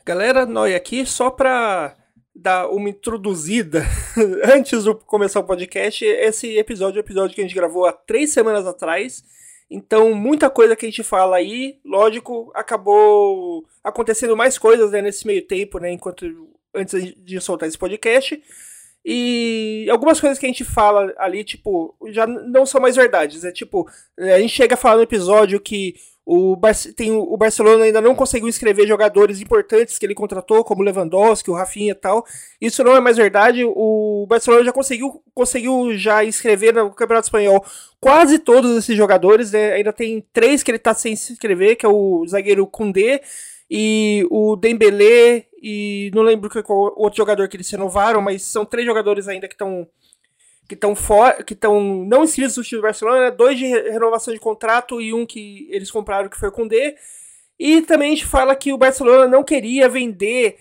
Galera, Noi aqui, só pra dar uma introduzida antes de começar o podcast, esse episódio é um episódio que a gente gravou há 3 semanas atrás, então muita coisa que a gente fala aí, lógico, acabou acontecendo mais coisas, né, nesse meio tempo, né, antes de soltar esse podcast, e algumas coisas que a gente fala ali, tipo, já não são mais verdades, é tipo, a gente chega a falar no episódio que o Barcelona ainda não conseguiu inscrever jogadores importantes que ele contratou, como o Lewandowski, o Rafinha e tal. Isso não é mais verdade. O Barcelona já conseguiu já inscrever no Campeonato Espanhol quase todos esses jogadores. Né? Ainda tem 3 que ele está sem se inscrever, que é o zagueiro Koundé e o Dembélé e não lembro qual outro jogador que eles renovaram, mas são 3 jogadores ainda que estão não inscritos no time do Barcelona, né? 2 de renovação de contrato e um que eles compraram, que foi o Koundé. E também a gente fala que o Barcelona não queria vender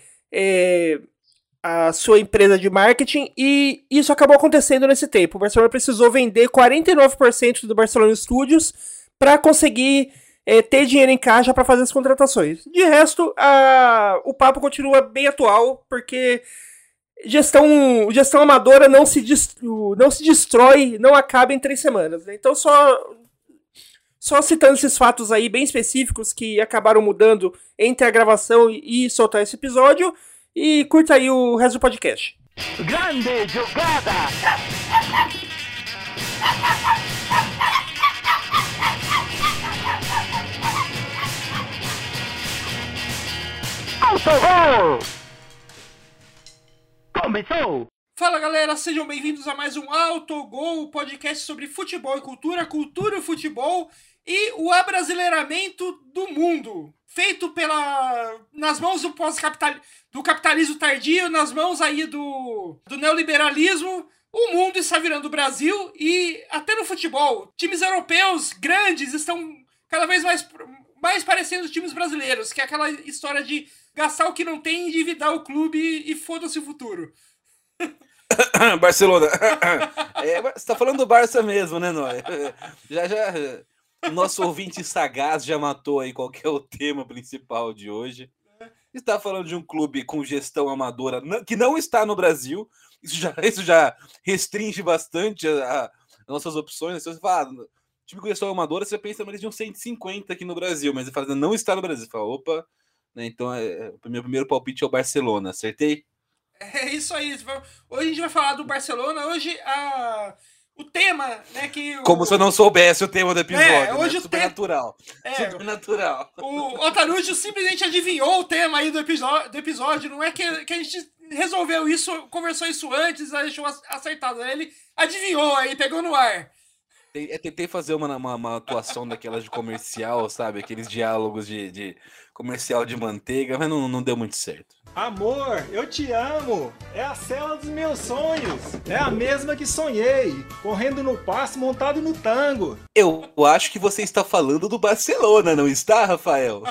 a sua empresa de marketing e isso acabou acontecendo nesse tempo. O Barcelona precisou vender 49% do Barcelona Studios para conseguir ter dinheiro em caixa para fazer as contratações. De resto, o papo continua bem atual, porque gestão amadora não se destrói, não acaba em 3 semanas. Né? Então, só citando esses fatos aí bem específicos que acabaram mudando entre a gravação e soltar esse episódio. E curta aí o resto do podcast. Grande jogada! Autogol! Começou! Fala galera, sejam bem-vindos a mais um Autogol, podcast sobre futebol e cultura, cultura e futebol e o abrasileiramento do mundo. Feito nas mãos do capitalismo tardio, nas mãos aí do neoliberalismo, o mundo está virando o Brasil e até no futebol, times europeus grandes estão cada vez mais parecendo os times brasileiros, que é aquela história de gastar o que não tem, endividar o clube e foda-se o futuro. Barcelona. Você tá falando do Barça mesmo, né, Noé? Já. O nosso ouvinte sagaz já matou aí qual que é o tema principal de hoje. Está falando de um clube com gestão amadora que não está no Brasil. Isso já restringe bastante as nossas opções. Se você fala, time com gestão amadora, você pensa mais de uns 150 aqui no Brasil, mas você fala, não está no Brasil. Você fala, opa, né, então o meu primeiro palpite é o Barcelona. Acertei? É isso aí. Hoje a gente vai falar do Barcelona. Hoje o tema, né, que... Como se eu não soubesse o tema do episódio, hoje né? O Supernatural. Supernatural. O Otarujo simplesmente adivinhou o tema aí do episódio. Não é que a gente resolveu isso, conversou isso antes, deixou acertado. Ele adivinhou aí, pegou no ar. Tentei fazer uma atuação daquelas de comercial, sabe? Aqueles diálogos de comercial de manteiga, mas não deu muito certo. Amor, eu te amo! É a cela dos meus sonhos! É a mesma que sonhei! Correndo no passo, montado no tango! Eu acho que você está falando do Barcelona, não está, Rafael?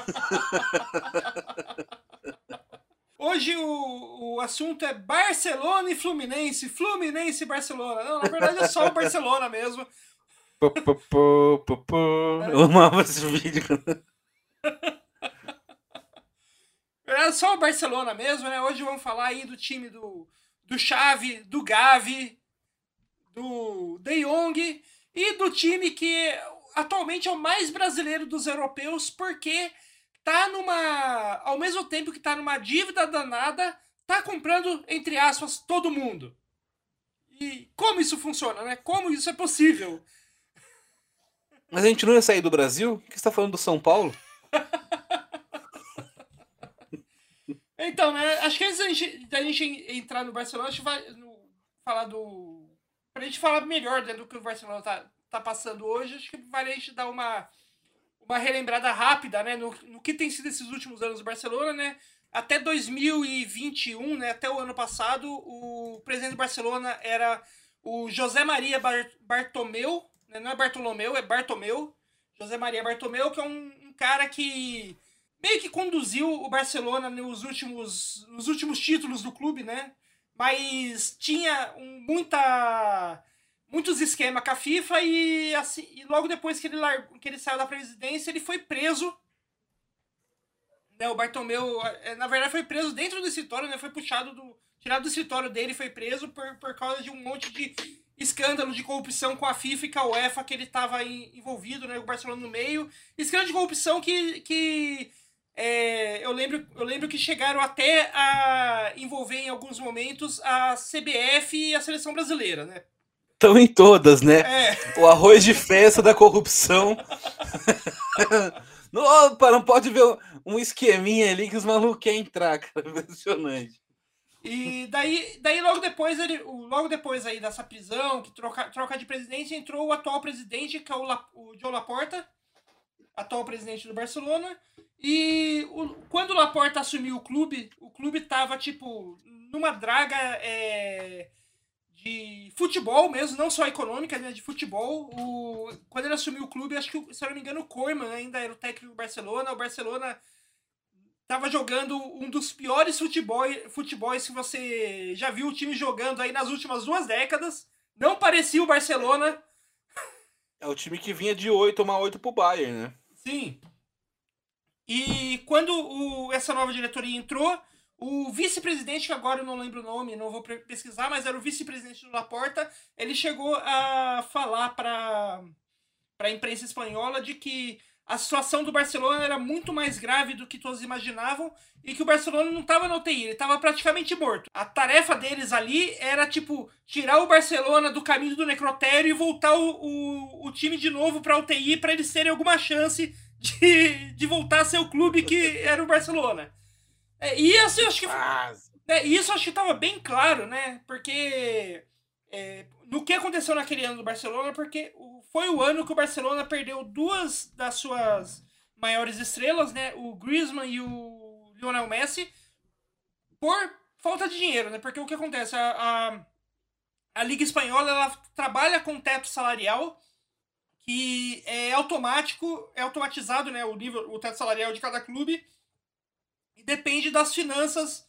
Hoje o assunto é Barcelona e Fluminense. Fluminense e Barcelona. Não, na verdade é só o Barcelona mesmo. Eu amava esse vídeo. É só o Barcelona mesmo, né? Hoje vamos falar aí do time do Xavi, do Gavi, do De Jong e do time que atualmente é o mais brasileiro dos europeus, porque ao mesmo tempo que tá numa dívida danada, tá comprando, entre aspas, todo mundo. E como isso funciona, né? Como isso é possível? Mas a gente não ia sair do Brasil? O que você tá falando do São Paulo? Então, né? Acho que antes da gente entrar no Barcelona, a gente vai falar do... Pra gente falar melhor, né, do que o Barcelona tá passando hoje, acho que vale a gente dar uma relembrada rápida, né, no que tem sido esses últimos anos do Barcelona, né? Até 2021, né, até o ano passado, o presidente do Barcelona era o José Maria Bartomeu, né, não é Bartolomeu, é Bartomeu. José Maria Bartomeu, que é um cara que meio que conduziu o Barcelona nos últimos títulos do clube, né? Mas tinha muitos esquemas com a FIFA e, assim, e logo depois que ele saiu da presidência, ele foi preso, né, o Bartomeu, na verdade, foi preso dentro do escritório, né? Foi tirado do escritório dele e foi preso por causa de um monte de escândalo de corrupção com a FIFA e com a UEFA que ele estava envolvido, né? O Barcelona no meio. Escândalo de corrupção que eu lembro que chegaram até a envolver em alguns momentos a CBF e a seleção brasileira, né? Estão em todas, né? O arroz de festa da corrupção. Opa, não pode ver um esqueminha ali que os malucos querem entrar, cara. Impressionante. E daí logo depois aí dessa prisão, que troca de presidente, entrou o atual presidente, que é o João Laporta, atual presidente do Barcelona. E quando o Laporta assumiu o clube tava, tipo, numa draga de futebol mesmo, não só econômica, né, de futebol. Quando ele assumiu o clube, acho que, se eu não me engano, o Koeman ainda era o técnico do Barcelona. O Barcelona tava jogando um dos piores futebols que você já viu o time jogando aí nas últimas 2 décadas. Não parecia o Barcelona. É o time que vinha de 8 pro Bayern, né? Sim. E quando essa nova diretoria entrou, o vice-presidente, que agora eu não lembro o nome, não vou pesquisar, mas era o vice-presidente do Laporta, ele chegou a falar para a imprensa espanhola de que a situação do Barcelona era muito mais grave do que todos imaginavam e que o Barcelona não estava na UTI, ele estava praticamente morto. A tarefa deles ali era, tipo, tirar o Barcelona do caminho do necrotério e voltar o time de novo para a UTI para eles terem alguma chance de voltar a ser o clube que era o Barcelona. E assim, acho que isso acho que estava bem claro, né? Porque no que aconteceu naquele ano do Barcelona, porque foi o ano que o Barcelona perdeu 2 das suas maiores estrelas, né? O Griezmann e o Lionel Messi, por falta de dinheiro, né? Porque o que acontece? A Liga Espanhola, ela trabalha com teto salarial que é automatizado, né? O teto salarial de cada clube, e depende das finanças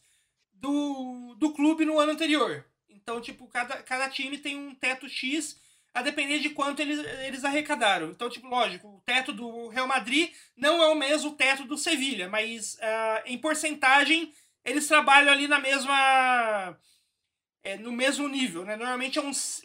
do clube no ano anterior. Então, tipo, cada time tem um teto X a depender de quanto eles arrecadaram. Então, tipo, lógico, o teto do Real Madrid não é o mesmo teto do Sevilha, mas em porcentagem eles trabalham ali na mesma... no mesmo nível, né? Normalmente é uns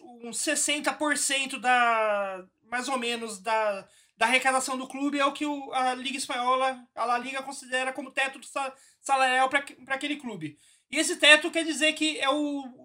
60% mais ou menos da arrecadação do clube é o que a Liga Espanhola, a La Liga, considera como teto salarial para aquele clube. E esse teto quer dizer que é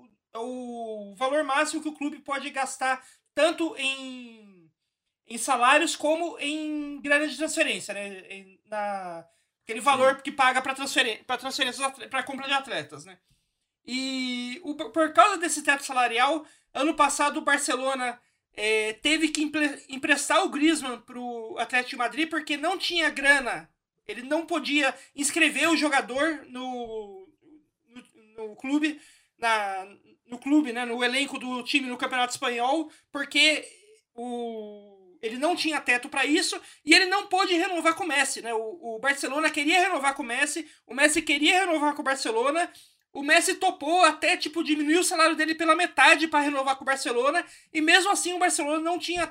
o valor máximo que o clube pode gastar tanto em salários como em grana de transferência, né? Aquele valor que paga para transferências, para compra de atletas, né? E por causa desse teto salarial, ano passado o Barcelona teve que emprestar o Griezmann para o Atlético de Madrid porque não tinha grana. Ele não podia inscrever o jogador no clube, no clube, né, no elenco do time no Campeonato Espanhol, porque ele não tinha teto para isso e ele não pôde renovar com o Messi, né? O Barcelona queria renovar com o Messi queria renovar com o Barcelona. O Messi topou até, tipo, diminuir o salário dele pela metade para renovar com o Barcelona. E mesmo assim o Barcelona não tinha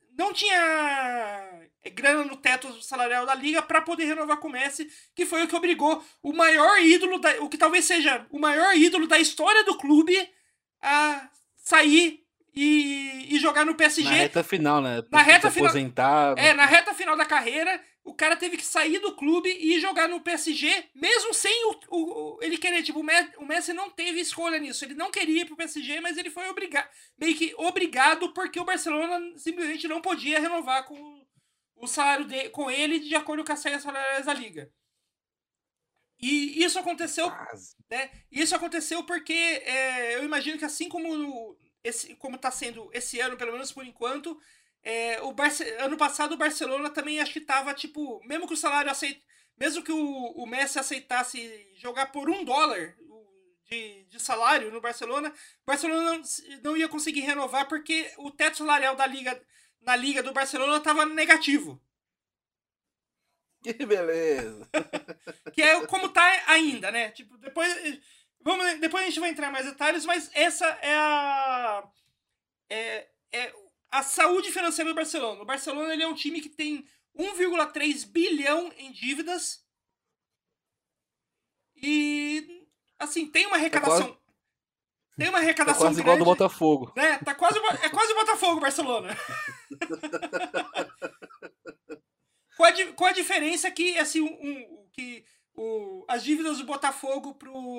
grana no teto salarial da Liga para poder renovar com o Messi, que foi o que obrigou o maior ídolo, o que talvez seja o maior ídolo da história do clube, a sair e jogar no PSG. Na reta final, né? Na reta final. Aposentado. Na reta final da carreira, o cara teve que sair do clube e jogar no PSG, mesmo sem ele querer. Tipo, o Messi não teve escolha nisso. Ele não queria ir pro PSG, mas ele foi meio que obrigado, porque o Barcelona simplesmente não podia renovar com o salário com ele de acordo com as regras salariais da Liga. E isso aconteceu, né? Isso aconteceu porque eu imagino que assim como está sendo esse ano, pelo menos por enquanto, ano passado o Barcelona também acho que estava, tipo, mesmo que o salário mesmo que o Messi aceitasse jogar por $1 de salário no Barcelona, o Barcelona não ia conseguir renovar porque o teto salarial na Liga do Barcelona estava negativo. Que beleza! Que é como tá ainda, né? Tipo, depois a gente vai entrar em mais detalhes, mas essa é a saúde financeira do Barcelona. O Barcelona, ele é um time que tem 1,3 bilhão em dívidas. E, assim, tem uma arrecadação... Tem uma Tá arrecadação quase igual do grande, Botafogo. né? É quase o Botafogo, Barcelona. Com a diferença que, assim, as dívidas do Botafogo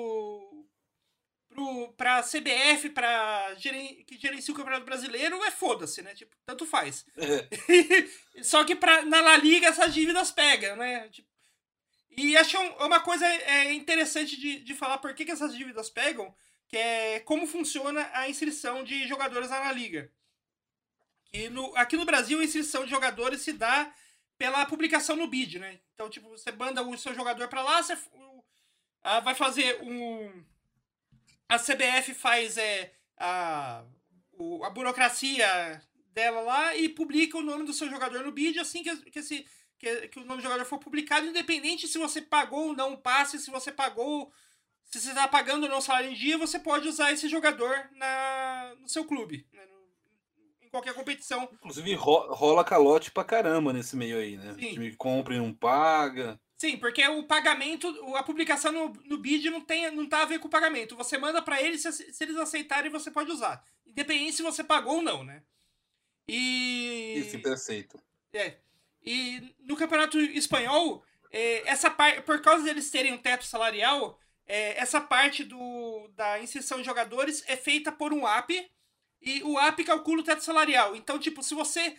pra CBF, que gerencia o Campeonato Brasileiro, foda-se, né? Tipo, tanto faz. Só que na La Liga essas dívidas pegam, né? Tipo, e acho uma coisa interessante de falar por que essas dívidas pegam, que é como funciona a inscrição de jogadores na La Liga. Aqui no Brasil, a inscrição de jogadores se dá pela publicação no BID, né? Então, tipo, você manda o seu jogador pra lá, você vai fazer a CBF faz a burocracia dela lá e publica o nome do seu jogador no BID assim que o nome do jogador for publicado, independente se você pagou ou não o passe, se você está pagando ou não o salário em dia, você pode usar esse jogador no seu clube, né? Em qualquer competição. Inclusive rola calote pra caramba nesse meio aí, né? Sim. O time que compra e não paga. Sim, porque o pagamento, a publicação no BID não tá a ver com o pagamento. Você manda pra eles, se eles aceitarem, você pode usar. Independente se você pagou ou não, né? E sempre aceito. E no Campeonato Espanhol, essa parte, por causa deles terem um teto salarial, essa parte da inserção de jogadores é feita por um app, e o app calcula o teto salarial. Então, tipo, se você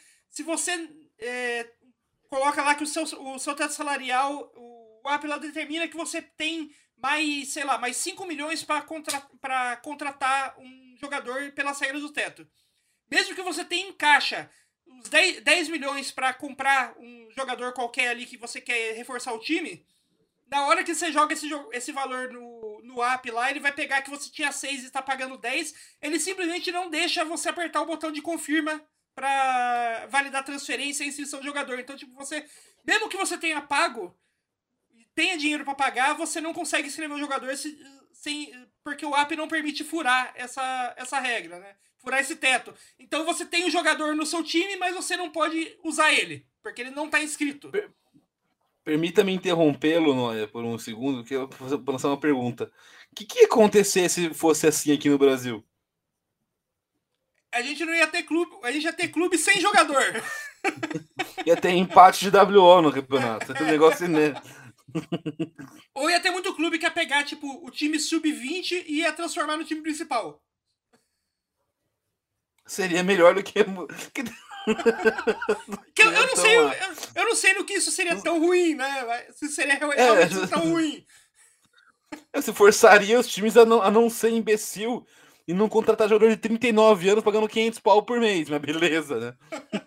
coloca lá que o seu teto salarial, o app lá determina que você tem mais, sei lá, mais 5 milhões para contratar um jogador pelas regras do teto. Mesmo que você tenha em caixa uns 10 milhões para comprar um jogador qualquer ali que você quer reforçar o time, na hora que você joga esse valor no app lá, ele vai pegar que você tinha 6 e está pagando 10, ele simplesmente não deixa você apertar o botão de confirma para validar a transferência e inscrição do jogador. Então, tipo, mesmo que você tenha pago, tenha dinheiro para pagar, você não consegue inscrever o jogador porque o app não permite furar essa regra, né? Furar esse teto. Então você tem o jogador no seu time, mas você não pode usar ele, porque ele não está inscrito. Permita-me interrompê-lo por um segundo, que eu vou lançar uma pergunta. O que ia acontecer se fosse assim aqui no Brasil? A gente não ia ter clube, a gente ia ter clube sem jogador. Ia ter empate de WO no campeonato. Esse negócio, né? Ou ia ter muito clube que ia pegar, tipo, o time sub-20 e ia transformar no time principal. Seria melhor do que... Eu não sei no que isso seria tão ruim, né? Se seria realmente tão ruim. Se forçaria os times a não ser imbecil e não contratar jogador de 39 anos pagando 500 pau por mês, mas beleza, né?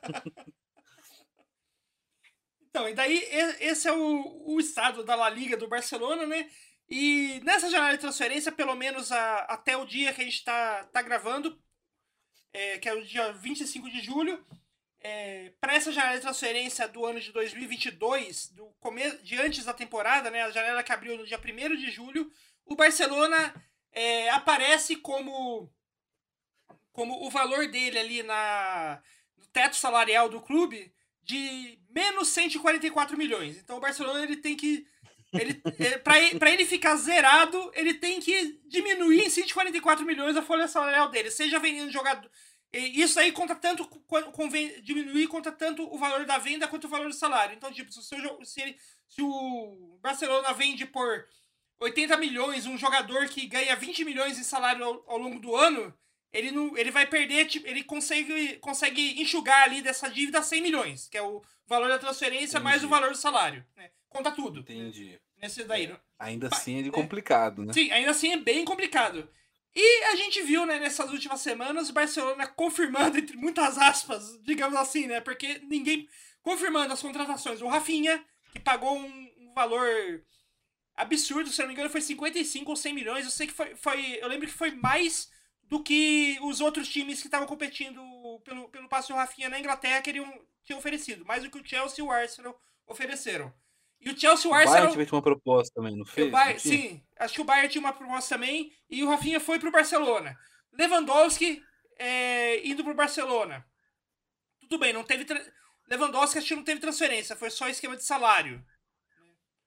Então, e daí esse é o estado da La Liga do Barcelona, né? E nessa janela de transferência, pelo menos até o dia que a gente tá gravando, que é o dia 25 de julho, para essa janela de transferência do ano de 2022, de antes da temporada, né, a janela que abriu no dia 1º de julho, o Barcelona aparece como o valor dele ali no teto salarial do clube de menos 144 milhões. Então o Barcelona ele tem que... Para ele ficar zerado, ele tem que diminuir em 144 milhões a folha salarial dele, seja vendendo jogador. Isso aí conta tanto, diminuir conta tanto o valor da venda quanto o valor do salário. Então, tipo, se o Barcelona vende por 80 milhões um jogador que ganha 20 milhões em salário ao longo do ano, ele vai perder, tipo, ele consegue enxugar ali dessa dívida 100 milhões, que é o valor da transferência. Entendi. Mais o valor do salário, né? Conta tudo. Entendi. Né? Nesse daí. Ainda assim é complicado, né? Sim, ainda assim é bem complicado. E a gente viu, né, nessas últimas semanas, o Barcelona confirmando, entre muitas aspas, digamos assim, né? Porque ninguém... Confirmando as contratações. O Rafinha, que pagou um valor absurdo, se não me engano, foi 55 ou 100 milhões. Eu sei que eu lembro que foi mais do que os outros times que estavam competindo pelo passe do Rafinha na Inglaterra tinham oferecido. Mais do que o Chelsea e o Arsenal ofereceram. E o Chelsea e o Arsenal... O Bayern tinha uma proposta também, não fez? Sim, acho que o Bayern tinha uma proposta também. E o Rafinha foi pro Barcelona. Lewandowski indo pro Barcelona. Tudo bem, não teve... Lewandowski acho que não teve transferência. Foi só esquema de salário.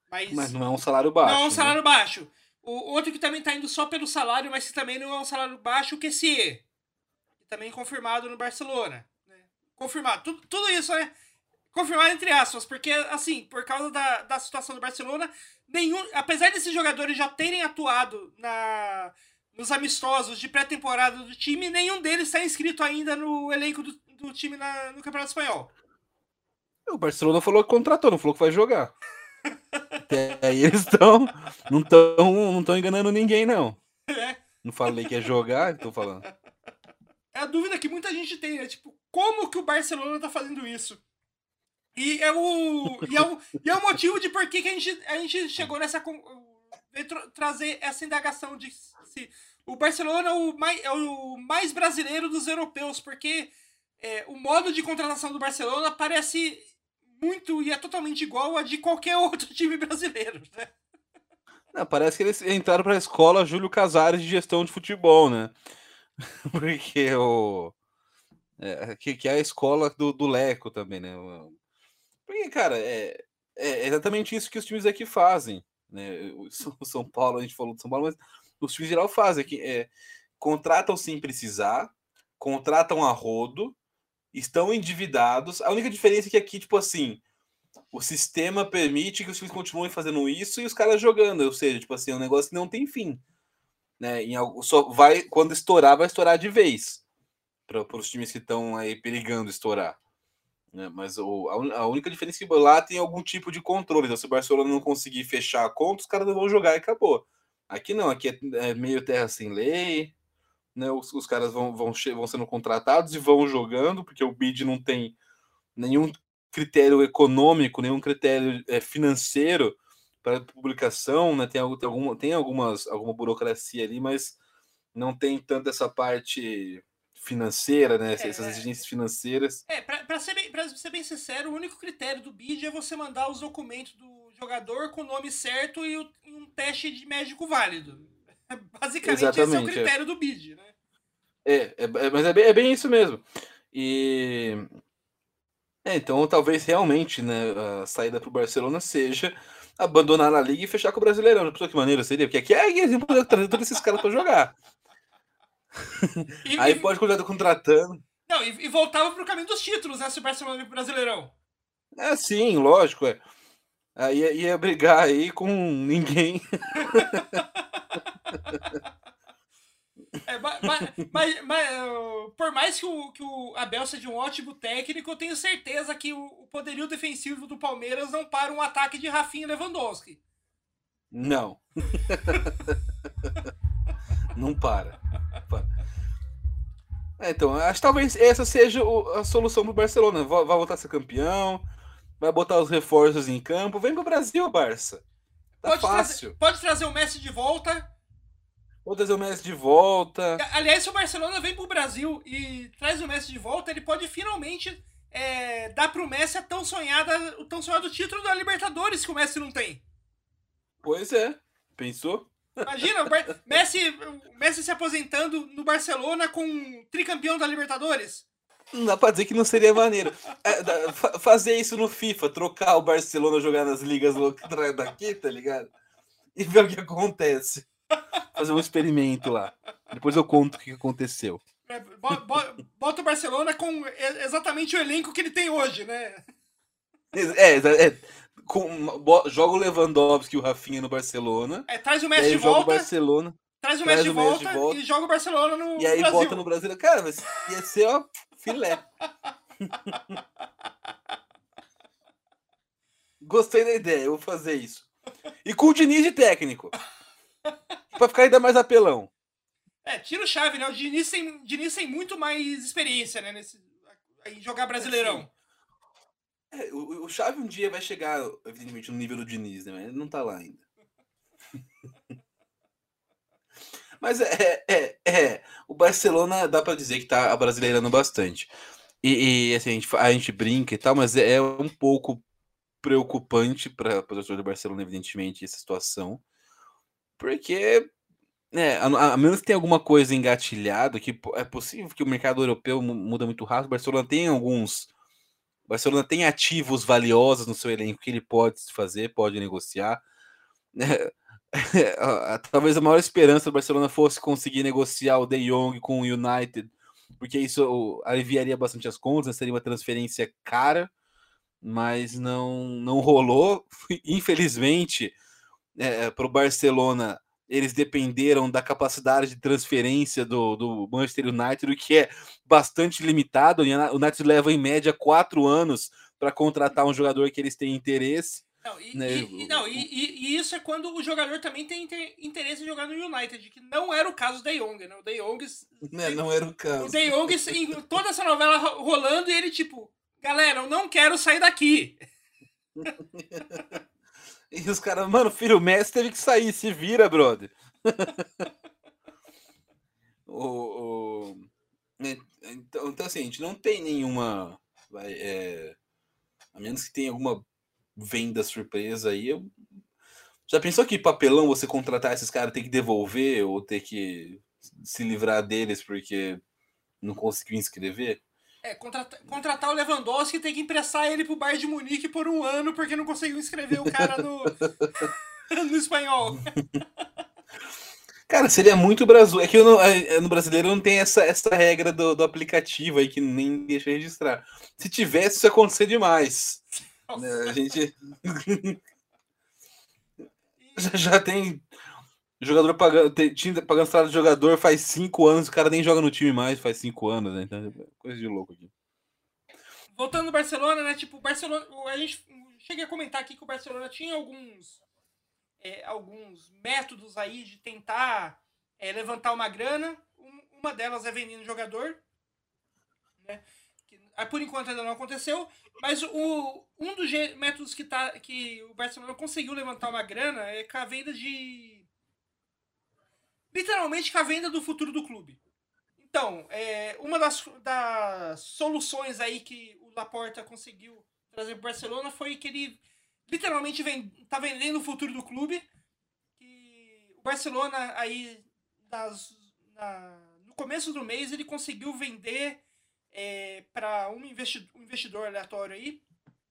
Mas não é um salário baixo. Não é um salário baixo. O outro que também tá indo só pelo salário, mas que também não é um salário baixo, o Kessié. Também confirmado no Barcelona. Né? Confirmado. Tudo isso, né? Confirmado entre aspas, porque, assim, por causa da situação do Barcelona, apesar desses jogadores já terem atuado nos amistosos de pré-temporada do time, nenhum deles está inscrito ainda no elenco do time no Campeonato Espanhol. O Barcelona falou que contratou, não falou que vai jogar. Até aí eles não estão enganando ninguém, não. É. Não falei que ia jogar, tô falando. É a dúvida que muita gente tem, né? Tipo, como que o Barcelona tá fazendo isso? E é o motivo de por que a gente chegou nessa... trazer essa indagação de se o Barcelona é o mais brasileiro dos europeus, porque o modo de contratação do Barcelona parece muito e é totalmente igual a de qualquer outro time brasileiro, né? Não, parece que eles entraram para a escola Júlio Casares de gestão de futebol, né? Porque que é a escola do Leco também, né? Porque, cara, é exatamente isso que os times aqui fazem, né? O São Paulo, a gente falou do São Paulo, mas os times em geral fazem, contratam sem precisar, contratam a rodo, estão endividados. A única diferença é que aqui, tipo assim, o sistema permite que os times continuem fazendo isso e os caras jogando, ou seja, tipo assim, é um negócio que não tem fim, né? Só vai, quando estourar, vai estourar de vez para os times que estão aí perigando estourar. Né? Mas a única diferença é que lá tem algum tipo de controle. Então, se o Barcelona não conseguir fechar a conta, os caras não vão jogar e acabou. Aqui não, aqui é meio terra sem lei, né? Os caras vão sendo contratados e vão jogando, porque o BID não tem nenhum critério econômico, nenhum critério financeiro para publicação, né? Tem alguma burocracia ali, mas não tem tanto essa parte financeira, né? Essas exigências financeiras. Pra ser bem sincero, o único critério do BID é você mandar os documentos do jogador com o nome certo e um teste de médico válido. Basicamente, exatamente, esse é o critério do BID, né? Mas é bem isso mesmo. Então talvez realmente, né, a saída para o Barcelona seja abandonar a liga e fechar com o Brasileirão. Já pensou que maneiro seria? Porque aqui é exemplo de trazer todos esses caras para jogar. Aí pode continuar contratando. Não, e voltava pro caminho dos títulos, né? Se o Barcelona vir pro Brasileirão. Sim, lógico. Aí ia brigar aí com ninguém. Mas por mais que o Abel seja um ótimo técnico, eu tenho certeza que o poderio defensivo do Palmeiras não para um ataque de Rafinha e Lewandowski. Não. Não para. Então, acho que talvez essa seja a solução pro Barcelona. Vai voltar a ser campeão, vai botar os reforços em campo. Vem pro Brasil, Barça. Tá fácil. Pode trazer o Messi de volta. Vou trazer o Messi de volta. Aliás, se o Barcelona vem pro Brasil e traz o Messi de volta, ele pode finalmente dar pro Messi o tão sonhado título da Libertadores que o Messi não tem. Pois é. Pensou? Imagina, o Messi se aposentando no Barcelona com um tricampeão da Libertadores. Não dá pra dizer que não seria maneiro. Fazer isso no FIFA, trocar o Barcelona, jogar nas ligas daqui, tá ligado? E ver o que acontece. Fazer um experimento lá. Depois eu conto o que aconteceu. Bota o Barcelona com exatamente o elenco que ele tem hoje, né? Joga o Lewandowski e o Rafinha no Barcelona. Traz o Messi de volta. Barcelona, traz o Messi de volta e joga o Barcelona no Brasil. E aí bota no Brasil. Cara, ia ser, ó, filé. Gostei da ideia, eu vou fazer isso. E com o Diniz de técnico. Pra ficar ainda mais apelão. Tira o Xavi, né? O Diniz tem muito mais experiência, né? Em jogar Brasileirão. O Xavi um dia vai chegar, evidentemente, no nível do Diniz, né? Mas ele não tá lá ainda. Mas o Barcelona dá pra dizer que tá abrasileirando bastante. E assim, a gente brinca e tal, mas é um pouco preocupante para o torcedor do Barcelona, evidentemente, essa situação. Porque, a menos que tenha alguma coisa engatilhada, que é possível que o mercado europeu muda muito rápido. O Barcelona tem alguns Barcelona tem ativos valiosos no seu elenco que ele pode fazer, pode negociar. Talvez a maior esperança do Barcelona fosse conseguir negociar o De Jong com o United, porque isso aliviaria bastante as contas, seria uma transferência cara, mas não rolou. Infelizmente, para o Barcelona, eles dependeram da capacidade de transferência do Manchester United, o que é bastante limitado. O United leva, em média, 4 anos para contratar um jogador que eles têm interesse. E isso é quando o jogador também tem interesse em jogar no United, que não era o caso do De Jong, né? O De Jong... Não era o caso. O De Jong, toda essa novela rolando, e ele tipo, galera, eu não quero sair daqui. E os caras, mano, filho, o Messi teve que sair, se vira, brother. Então, assim, a gente não tem nenhuma... a menos que tenha alguma venda surpresa aí. Já pensou que papelão você contratar esses caras, ter que devolver ou ter que se livrar deles porque não conseguiu inscrever? Contratar o Lewandowski e ter que emprestar ele pro Bayern de Munique por 1 ano porque não conseguiu inscrever o cara no espanhol. Cara, seria muito Brasil. É que no brasileiro não tem essa regra do aplicativo aí que nem deixa registrar. Se tivesse, isso ia acontecer demais. A gente já tem jogador pagando salário de jogador faz 5 anos, o cara nem joga no time mais, faz 5 anos, né? Então, coisa de louco aqui. Voltando no Barcelona, né? Tipo, o Barcelona. A gente cheguei a comentar aqui que o Barcelona tinha alguns métodos aí de tentar levantar uma grana. Uma delas é vendendo jogador, né? Por enquanto ainda não aconteceu, mas um dos métodos que o Barcelona conseguiu levantar uma grana é com a venda de... Literalmente com a venda do futuro do clube. Então, uma das soluções aí que o Laporta conseguiu trazer para o Barcelona foi que ele literalmente tá vendendo o futuro do clube. Que o Barcelona aí no começo do mês ele conseguiu vender para um investidor aleatório aí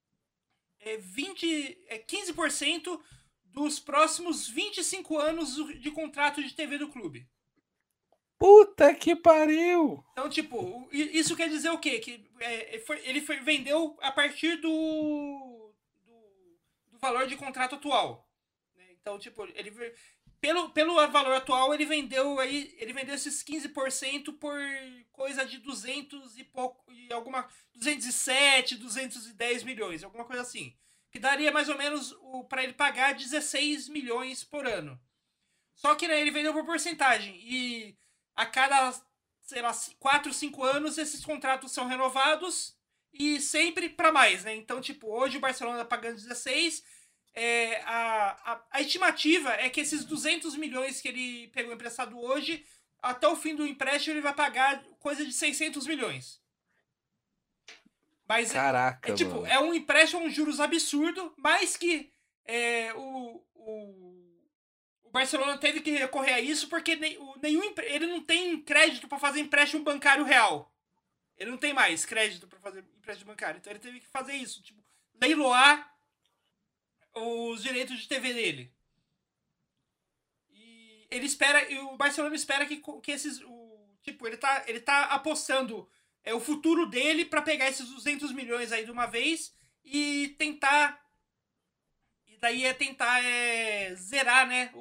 15% dos próximos 25 anos de contrato de TV do clube. Puta que pariu! Então, tipo, isso quer dizer o quê? Que ele vendeu a partir do valor de contrato atual. Então, tipo, ele pelo valor atual, ele vendeu esses 15% por coisa de 200 e pouco, 207, 210 milhões, alguma coisa assim. Que daria mais ou menos para ele pagar 16 milhões por ano. Só que, né, ele vendeu por porcentagem. E a cada, sei lá, 4, 5 anos, esses contratos são renovados e sempre para mais, né? Então, tipo, hoje o Barcelona tá pagando 16. A estimativa é que esses 200 milhões que ele pegou emprestado hoje, até o fim do empréstimo ele vai pagar coisa de 600 milhões. Mas caraca, tipo, mano. é um empréstimo, um juros absurdo, mas que o Barcelona teve que recorrer a isso porque ele não tem crédito para fazer empréstimo bancário real. Ele não tem mais crédito para fazer empréstimo bancário. Então ele teve que fazer isso, tipo, leiloar os direitos de TV dele. E o Barcelona espera que esses... tipo, ele tá apostando o futuro dele para pegar esses 200 milhões aí de uma vez e tentar... E daí tentar zerar, né,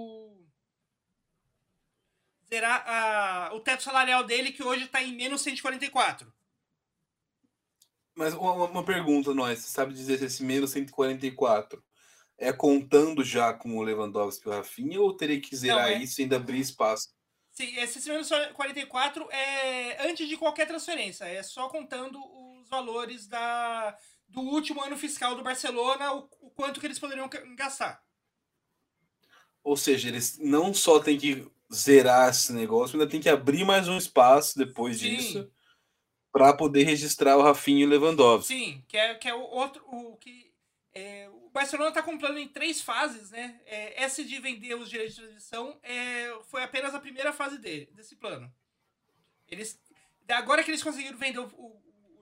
o teto salarial dele, que hoje tá em menos 144. Mas uma pergunta, você sabe dizer se esse menos 144 é contando já com o Lewandowski e o Rafinha, ou teria que zerar isso e ainda abrir espaço? Sim, esse menos 44 é antes de qualquer transferência, é só contando os valores do último ano fiscal do Barcelona, o quanto que eles poderiam gastar. Ou seja, eles não só têm que zerar esse negócio, ainda tem que abrir mais um espaço depois disso para poder registrar o Rafinha e o Lewandowski. Sim, que é o outro... O Barcelona está comprando em 3 fases, né? Essa de vender os direitos de transmissão foi apenas a primeira fase desse plano. Agora que eles conseguiram vender os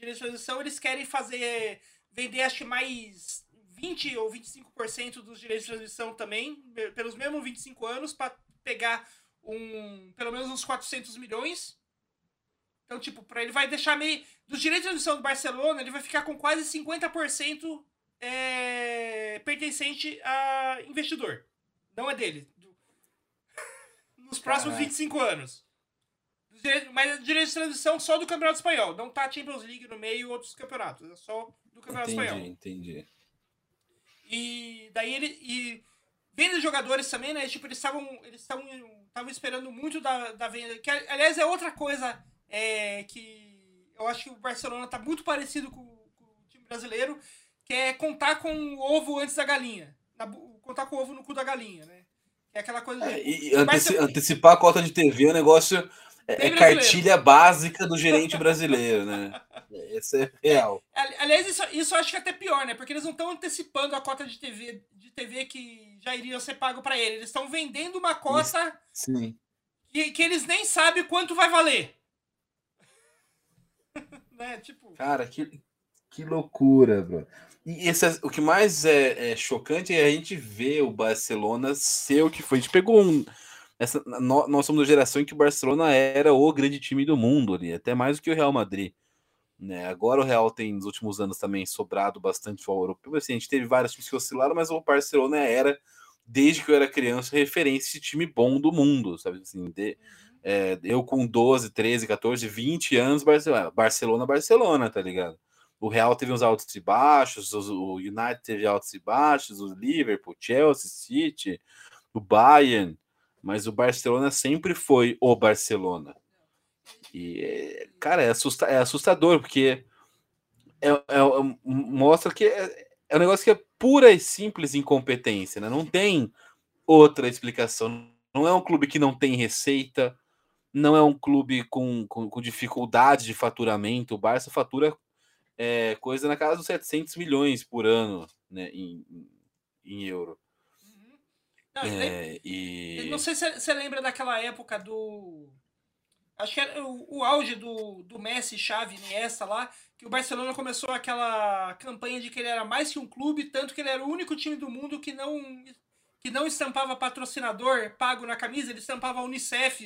direitos de transmissão, eles querem vender acho que mais 20 ou 25% dos direitos de transmissão também, pelos mesmos 25 anos, para pegar pelo menos uns 400 milhões. Então, tipo, ele vai deixar meio... Dos direitos de transmissão do Barcelona, ele vai ficar com quase 50% pertencente a investidor. Não é dele. Nos próximos 25 anos. Mas direitos de transmissão só do Campeonato Espanhol. Não tá a Champions League no meio e outros campeonatos. É só do Campeonato Espanhol. Entendi. E daí venda de jogadores também, né? Tipo, eles estavam esperando muito da venda. Que, aliás, é outra coisa que eu acho que o Barcelona tá muito parecido com o time brasileiro, que é contar com o ovo antes da galinha. Contar com o ovo no cu da galinha, né? É aquela coisa antecipar a cota de TV é um negócio... É cartilha básica do gerente brasileiro, né? Esse é real. Aliás, isso eu acho que é até pior, né? Porque eles não estão antecipando a cota de TV que já iriam ser pago para ele. Eles estão vendendo uma cota que eles nem sabem quanto vai valer. Né? Tipo... Cara, que loucura, bro. E o que mais é chocante é a gente ver o Barcelona ser o que foi. A gente pegou nós somos da geração em que o Barcelona era o grande time do mundo ali, até mais do que o Real Madrid, né? Agora o Real tem nos últimos anos também sobrado bastante ao europeu. Assim, a gente teve vários times que oscilaram, mas o Barcelona era, desde que eu era criança, referência de time bom do mundo, sabe? Assim, eu com 12, 13, 14, 20 anos, Barcelona, tá ligado? O Real teve uns altos e baixos, o United teve altos e baixos, o Liverpool, Chelsea, City, o Bayern. Mas o Barcelona sempre foi o Barcelona. E, cara, é assustador, porque mostra que é um negócio que é pura e simples incompetência, né? Não tem outra explicação. Não é um clube que não tem receita, não é um clube com dificuldade de faturamento. O Barça fatura coisa na casa dos 700 milhões por ano, né, em euro. Não sei se você lembra daquela época acho que era o auge do Messi, Xavi, Iniesta lá, que o Barcelona começou aquela campanha de que ele era mais que um clube, tanto que ele era o único time do mundo que não estampava patrocinador pago na camisa, ele estampava a Unicef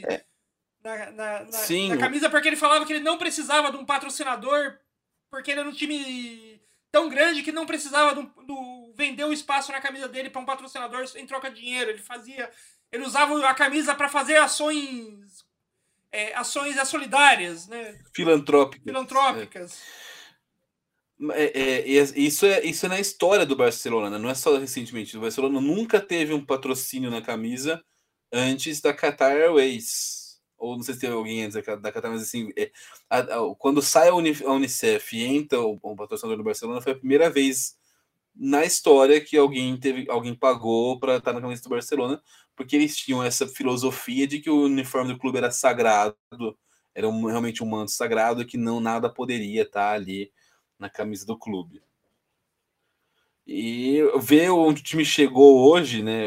na camisa, porque ele falava que ele não precisava de um patrocinador, porque ele era um time tão grande que não precisava vender o espaço na camisa dele para um patrocinador em troca de dinheiro. Ele usava a camisa para fazer ações solidárias, né? Filantrópicas. Isso é na história do Barcelona, né? Não é só recentemente. O Barcelona nunca teve um patrocínio na camisa antes da Qatar Airways. Ou não sei se teve alguém antes da Qatar, mas assim, quando sai a Unicef e entra o patrocinador do Barcelona, foi a primeira vez na história que alguém pagou para estar na camisa do Barcelona, porque eles tinham essa filosofia de que o uniforme do clube era sagrado, era realmente um manto sagrado, que nada poderia estar ali na camisa do clube. E ver onde o time chegou hoje, né?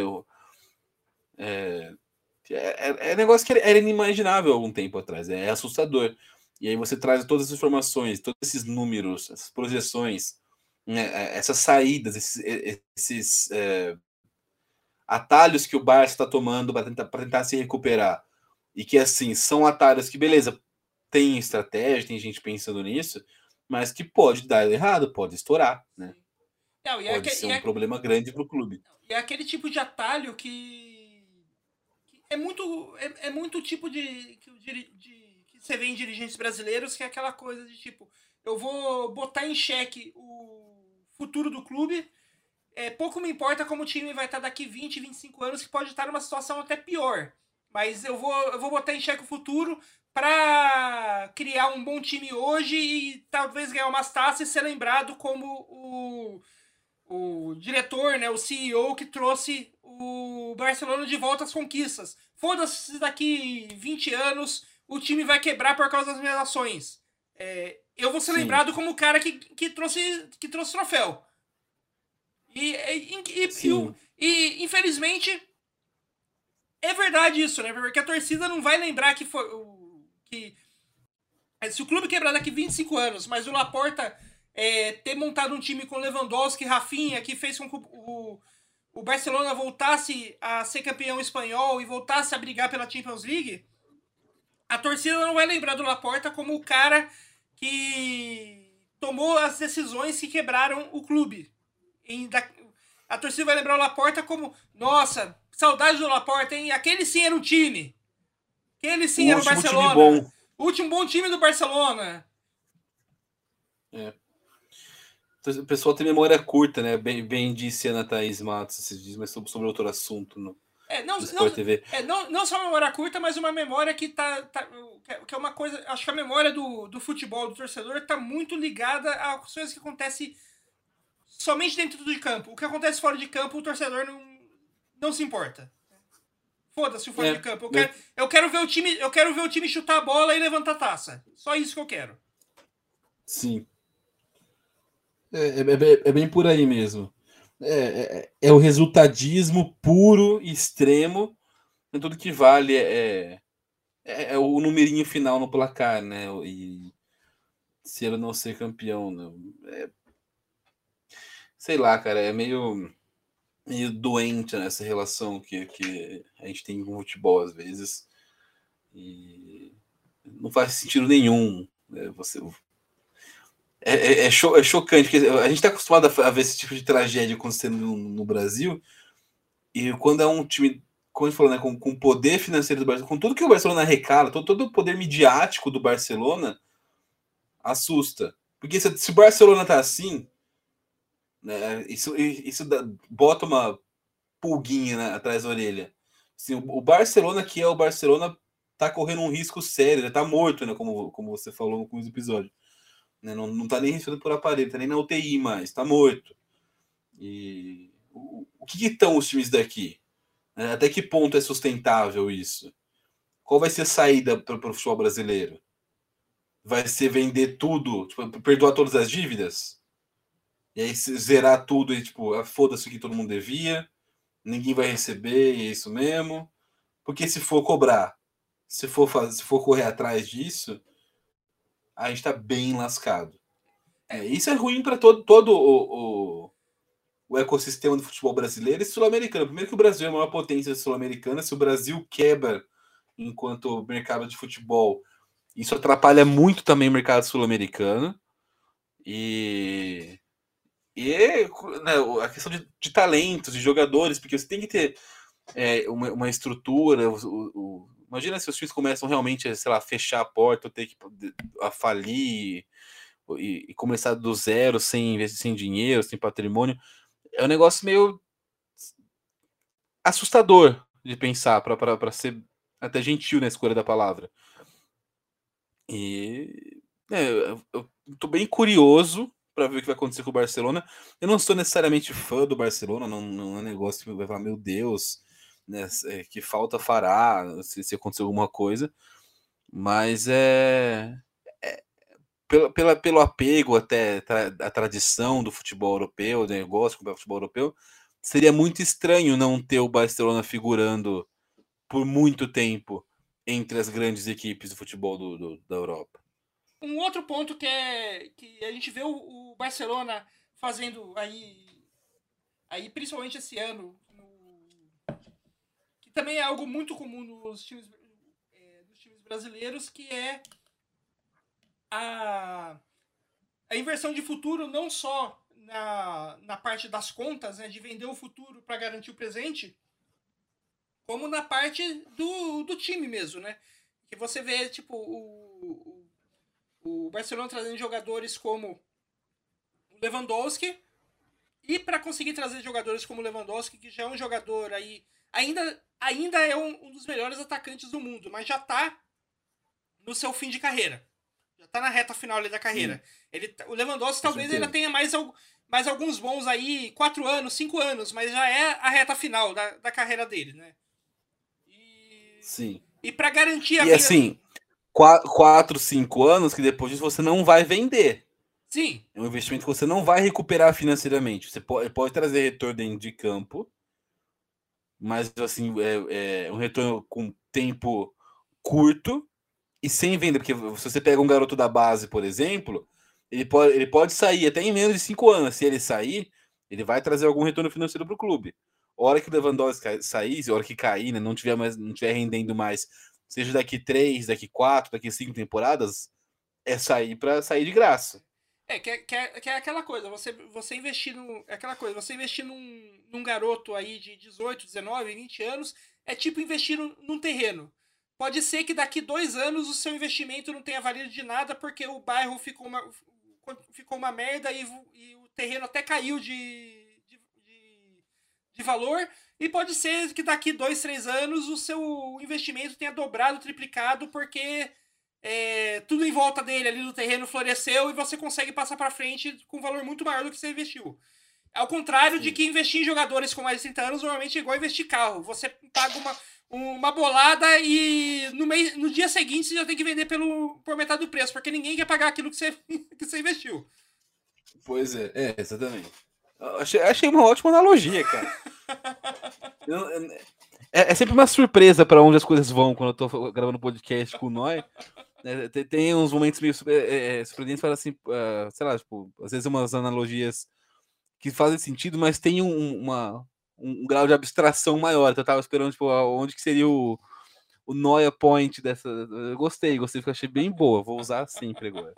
Negócio que era inimaginável há algum tempo atrás, é assustador. E aí você traz todas as informações, todos esses números, essas projeções, né, essas saídas, esses atalhos que o Barça está tomando para tentar se recuperar. E que, assim, são atalhos que, beleza, tem estratégia, tem gente pensando nisso, mas que pode dar errado, pode estourar, né? Pode ser um problema grande para o clube. É aquele tipo de atalho que é muito tipo que você vê em dirigentes brasileiros, que é aquela coisa de tipo, eu vou botar em xeque o futuro do clube, pouco me importa como o time vai estar daqui 20, 25 anos, que pode estar numa situação até pior, mas eu vou botar em xeque o futuro para criar um bom time hoje e talvez ganhar umas taças e ser lembrado como o diretor, né, o CEO que trouxe o Barcelona de volta às conquistas. Foda-se, daqui 20 anos o time vai quebrar por causa das minhas ações. Eu vou ser lembrado como o cara que trouxe troféu. E infelizmente é verdade isso, né? Porque a torcida não vai lembrar que foi Se o clube quebrar daqui 25 anos, mas o Laporta ter montado um time com Lewandowski, Rafinha, que fez com que o Barcelona voltasse a ser campeão espanhol e voltasse a brigar pela Champions League, a torcida não vai lembrar do Laporta como o cara que tomou as decisões que quebraram o clube. A torcida vai lembrar o Laporta como, nossa, saudade do Laporta, hein? Aquele sim era um time. Aquele sim era o Barcelona. Time bom. O último bom time do Barcelona. O pessoal tem memória curta, né? Bem disse Ana Thaís Matos esses dias, mas sobre outro assunto no Sport TV. Não só uma memória curta, mas uma memória que que é uma coisa. Acho que a memória do futebol, do torcedor, está muito ligada a coisas que acontecem somente dentro de campo. O que acontece fora de campo, o torcedor não se importa. Foda-se o fora de campo. Eu quero ver o time chutar a bola e levantar a taça. Só isso que eu quero. Sim. É bem por aí mesmo. É o resultadismo puro, extremo, e tudo que vale é o numerinho final no placar, né? E se ele não ser campeão, né? Sei lá, cara, é meio doente nessa relação que a gente tem com o futebol às vezes. E não faz sentido nenhum, né? É chocante, porque a gente está acostumado a ver esse tipo de tragédia acontecendo no Brasil, e quando é um time, como a gente falou, né, com o poder financeiro do Barcelona, com tudo que o Barcelona arrecada, todo o poder midiático do Barcelona, assusta. Porque se o Barcelona tá assim, né, isso bota uma pulguinha, né, atrás da orelha. Assim, o Barcelona, que é o Barcelona, tá correndo um risco sério, ele tá morto, né, como você falou no começo do episódio. Não tá nem respirando por aparelho, tá nem na UTI mais, tá morto. E o que estão os times daqui? Até que ponto é sustentável isso? Qual vai ser a saída para o futebol brasileiro? Vai ser vender tudo, tipo, perdoar todas as dívidas? E aí zerar tudo e tipo, foda-se o que todo mundo devia, ninguém vai receber e é isso mesmo? Porque se for cobrar, se for correr atrás disso, a gente tá bem lascado. Isso é ruim para todo o ecossistema do futebol brasileiro e sul-americano. Primeiro que o Brasil é a maior potência sul-americana. Se o Brasil quebra enquanto mercado de futebol, isso atrapalha muito também o mercado sul-americano. E né, a questão de talentos, de jogadores, porque você tem que ter uma estrutura. Imagina se os times começam realmente, sei lá, fechar a porta, ou ter que falir e começar do zero, sem dinheiro, sem patrimônio. É um negócio meio assustador de pensar, para ser até gentil na escolha da palavra. E eu tô bem curioso para ver o que vai acontecer com o Barcelona. Eu não sou necessariamente fã do Barcelona, não é um negócio que vai falar, meu Deus, né, que falta fará se acontecer alguma coisa, mas pelo apego até a tradição do futebol europeu, do negócio com o futebol europeu, seria muito estranho não ter o Barcelona figurando por muito tempo entre as grandes equipes do futebol da Europa. Um outro ponto que a gente vê o Barcelona fazendo aí principalmente esse ano, que também é algo muito comum nos times brasileiros, que é a inversão de futuro, não só na parte das contas, né, de vender o futuro para garantir o presente, como na parte do time mesmo, né? Que você vê, tipo, o Barcelona trazendo jogadores como o Lewandowski, e para conseguir trazer jogadores como o Lewandowski, que já é um jogador aí, ainda é um dos melhores atacantes do mundo, mas já tá no seu fim de carreira. Já tá na reta final ali da carreira. O Lewandowski talvez ainda tenha mais alguns bons aí, 4 anos, 5 anos, mas já é a reta final da carreira dele, né? Sim. E para garantir a vida... assim, 4, 5 anos que depois disso você não vai vender. Sim. É um investimento que você não vai recuperar financeiramente. Você pode trazer retorno dentro de campo, mas assim, é um retorno com tempo curto E sem venda, porque se você pega um garoto da base, por exemplo, ele pode sair até em menos de 5 anos. Se ele sair, ele vai trazer algum retorno financeiro para o clube. A hora que o Lewandowski sair, a hora que cair, né, não tiver rendendo mais, seja daqui 3, daqui 4, daqui 5 temporadas, é sair para sair de graça. Que é aquela coisa, você investir é aquela coisa, você investir num garoto aí de 18, 19, 20 anos, é tipo investir num terreno. Pode ser que daqui 2 anos o seu investimento não tenha valido de nada porque o bairro ficou uma merda e o terreno até caiu de valor. E pode ser que daqui 2, 3 anos o seu investimento tenha dobrado, triplicado, porque tudo em volta dele ali no terreno floresceu e você consegue passar para frente com um valor muito maior do que você investiu. Ao contrário de que investir em jogadores com mais de 30 anos normalmente é igual investir em carro. Você paga uma bolada e no dia seguinte você já tem que vender por metade do preço, porque ninguém quer pagar aquilo que você investiu. Pois exatamente. Achei uma ótima analogia, cara. É sempre uma surpresa para onde as coisas vão quando eu tô gravando podcast com o Noé. Tem uns momentos meio surpreendentes para assim, sei lá, tipo, às vezes umas analogias que fazem sentido, mas tem um grau de abstração maior. Então eu tava esperando, tipo, onde que seria o Noia Point dessa. Eu gostei, porque eu achei bem boa. Vou usar sempre agora.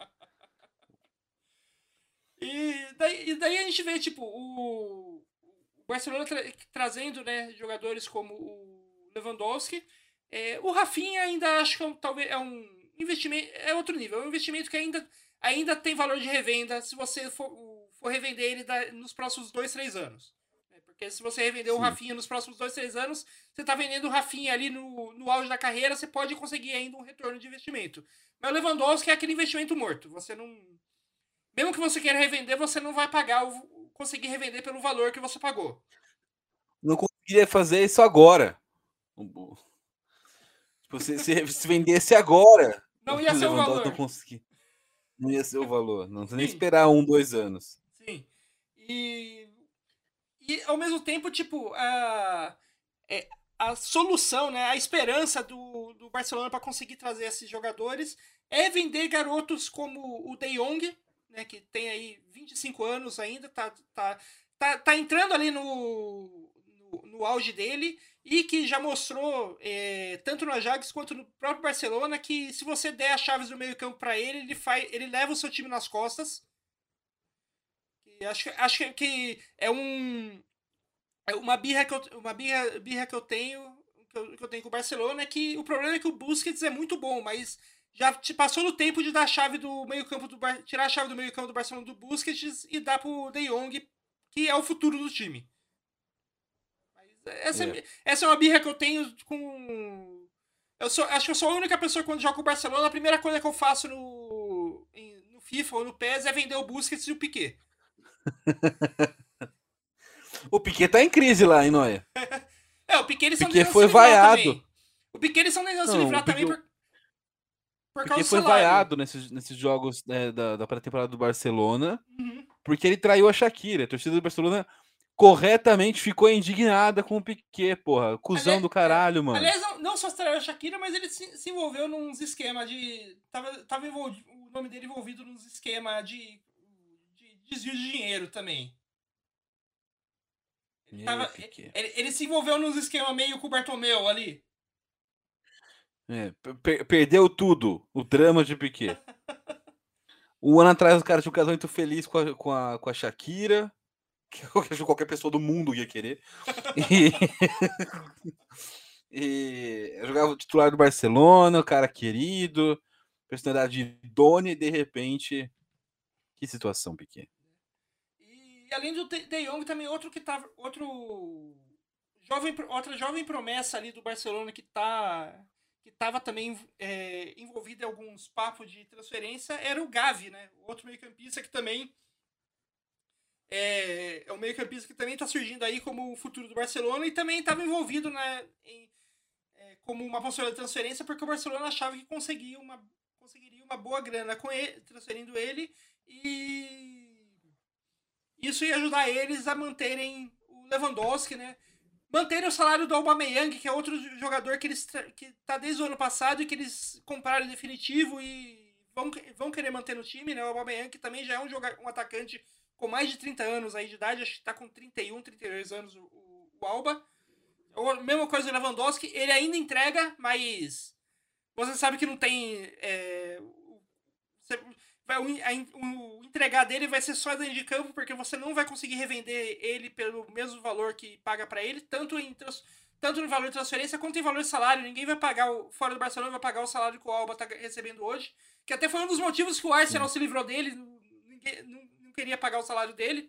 E daí a gente vê, tipo, o Barcelona trazendo, né, jogadores como o Lewandowski. O Rafinha ainda acho que talvez é um investimento, é outro nível. É um investimento que ainda tem valor de revenda se você for revender ele nos próximos 2, 3 anos. Porque se você revender o Rafinha nos próximos 2, 3 anos, você está vendendo o Rafinha ali no auge da carreira, você pode conseguir ainda um retorno de investimento. Mas o Lewandowski é aquele investimento morto. Você não... Mesmo que você queira revender, você não vai conseguir revender pelo valor que você pagou. Não conseguiria fazer isso agora. Tipo, se vendesse agora, não ia ser o valor. Não ia ser o valor. Não precisa nem esperar 1, 2 anos. Sim. E ao mesmo tempo, tipo, a solução, né, a esperança do Barcelona para conseguir trazer esses jogadores é vender garotos como o De Jong, né, que tem aí 25 anos ainda, tá entrando ali no auge dele e que já mostrou, tanto no Ajax quanto no próprio Barcelona, que se você der as chaves do meio campo para ele, ele leva o seu time nas costas. Acho que é uma birra que eu tenho com o Barcelona, é que o problema é que o Busquets é muito bom, mas já te passou no tempo de dar a chave do meio-campo tirar a chave do meio-campo do Barcelona do Busquets e dar pro De Jong, que é o futuro do time. Mas essa é uma birra que eu tenho com... acho que eu sou a única pessoa que quando jogo com o Barcelona, a primeira coisa que eu faço no FIFA ou no PES é vender o Busquets e o Piqué. O Piquet tá em crise lá, hein, Noia? O Piquet eles Piquet foi vaiado. O Piquet eles estão tentando se livrar também por causa do salário. Foi vaiado nesses jogos da pré-temporada do Barcelona, porque ele traiu a Shakira. A torcida do Barcelona corretamente ficou indignada com o Piquet, porra. Cusão do caralho, mano. Aliás, não só traiu a Shakira, mas ele se envolveu nos esquemas de... Tava o nome dele envolvido nos esquemas de desvio de dinheiro também. Ele se envolveu nos esquemas meio com o Bartomeu ali. Perdeu tudo. O drama de Piquet. Um ano atrás o cara tinha um casamento feliz com a Shakira, que qualquer pessoa do mundo ia querer. E jogava o titular do Barcelona, o cara querido, personalidade idônea, e de repente... Que situação, Piquet. E além do De Jong, também outra jovem promessa ali do Barcelona que estava também envolvido em alguns papos de transferência era o Gavi, né? Outro meio-campista que também é um meio-campista que também está surgindo aí como o futuro do Barcelona e também estava envolvido, né, como uma possibilidade de transferência, porque o Barcelona achava que conseguiria uma boa grana com ele, transferindo ele, e isso ia ajudar eles a manterem o Lewandowski, né? manterem o salário do Aubameyang, que é outro jogador que tá desde o ano passado e que eles compraram em definitivo e vão querer manter no time, né? O Aubameyang, que também já é um atacante com mais de 30 anos aí de idade, acho que tá com 31, 32 anos o Alba. A mesma coisa do Lewandowski, ele ainda entrega, mas você sabe que não tem... o entregar dele vai ser só dentro de campo, porque você não vai conseguir revender ele pelo mesmo valor que paga pra ele, tanto no valor de transferência quanto em valor de salário. Ninguém vai pagar, fora do Barcelona, vai pagar o salário que o Alba tá recebendo hoje, que até foi um dos motivos que o Arsenal se livrou dele, ninguém não queria pagar o salário dele.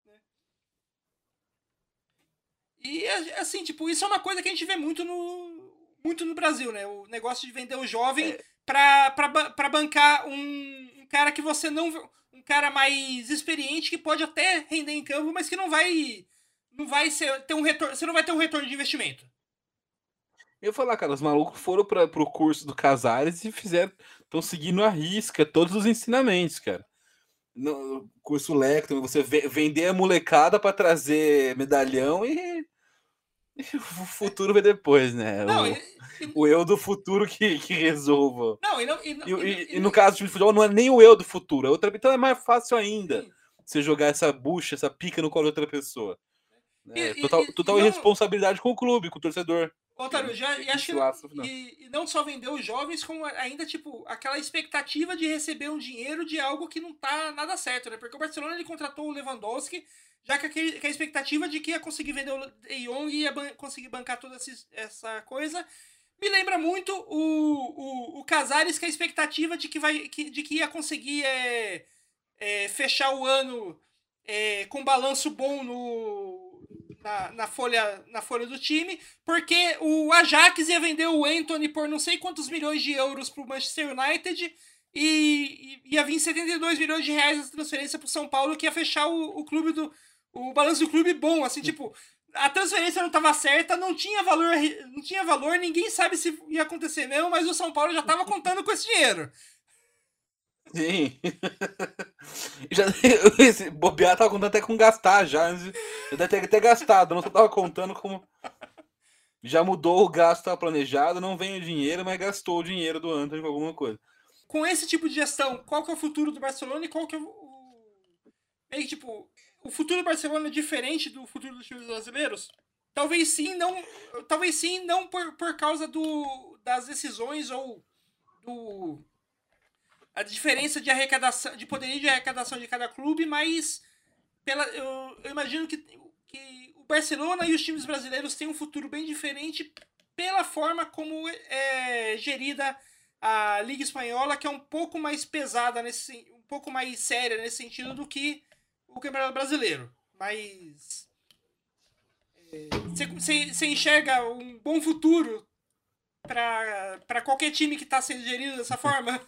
E, assim, tipo, isso é uma coisa que a gente vê muito no Brasil, né? O negócio de vender o jovem pra bancar um cara que você não... Um cara mais experiente que pode até render em campo, mas que não vai ter um retorno... Você não vai ter um retorno de investimento. Eu ia falar, cara, os malucos foram pro curso do Casares e estão seguindo à risca todos os ensinamentos, cara. No curso Lecton, você vender a molecada pra trazer medalhão e o futuro vem depois, né? Não, o eu do futuro que resolva. Não, e no caso do time de futebol, não é nem o eu do futuro, é outra. Então é mais fácil ainda você jogar essa bucha, essa pica no colo de outra pessoa. Total irresponsabilidade com o clube, com o torcedor. Otário, e não só vender os jovens, como ainda, tipo, aquela expectativa de receber um dinheiro de algo que não tá nada certo, né? Porque o Barcelona, ele contratou o Lewandowski, já que a expectativa de que ia conseguir vender o De Jong e ia conseguir bancar toda essa coisa. Me lembra muito o Casares, que a expectativa de que ia conseguir fechar o ano com balanço bom na folha do time, porque o Ajax ia vender o Antony por não sei quantos milhões de euros pro Manchester United e ia vir 72 milhões de reais de transferência pro São Paulo, que ia fechar o balanço do clube bom, assim, tipo, a transferência não estava certa, não tinha valor, ninguém sabe se ia acontecer mesmo, mas o São Paulo já estava contando com esse dinheiro. Sim. Esse bobear tava contando até com gastar já. Já deve ter gastado, não só tava contando como. Já mudou o gasto, tava planejado, não vem o dinheiro, mas gastou o dinheiro do Antony com alguma coisa. Com esse tipo de gestão, qual que é o futuro do Barcelona e qual que é o futuro do Barcelona é diferente do futuro dos times brasileiros? Talvez sim, não por causa das decisões ou a diferença de arrecadação, de poderio de arrecadação de cada clube, mas eu imagino que o Barcelona e os times brasileiros têm um futuro bem diferente pela forma como é gerida a Liga Espanhola, que é um pouco mais pesada, um pouco mais séria nesse sentido do que o Campeonato Brasileiro. Mas você enxerga um bom futuro para qualquer time que está sendo gerido dessa forma?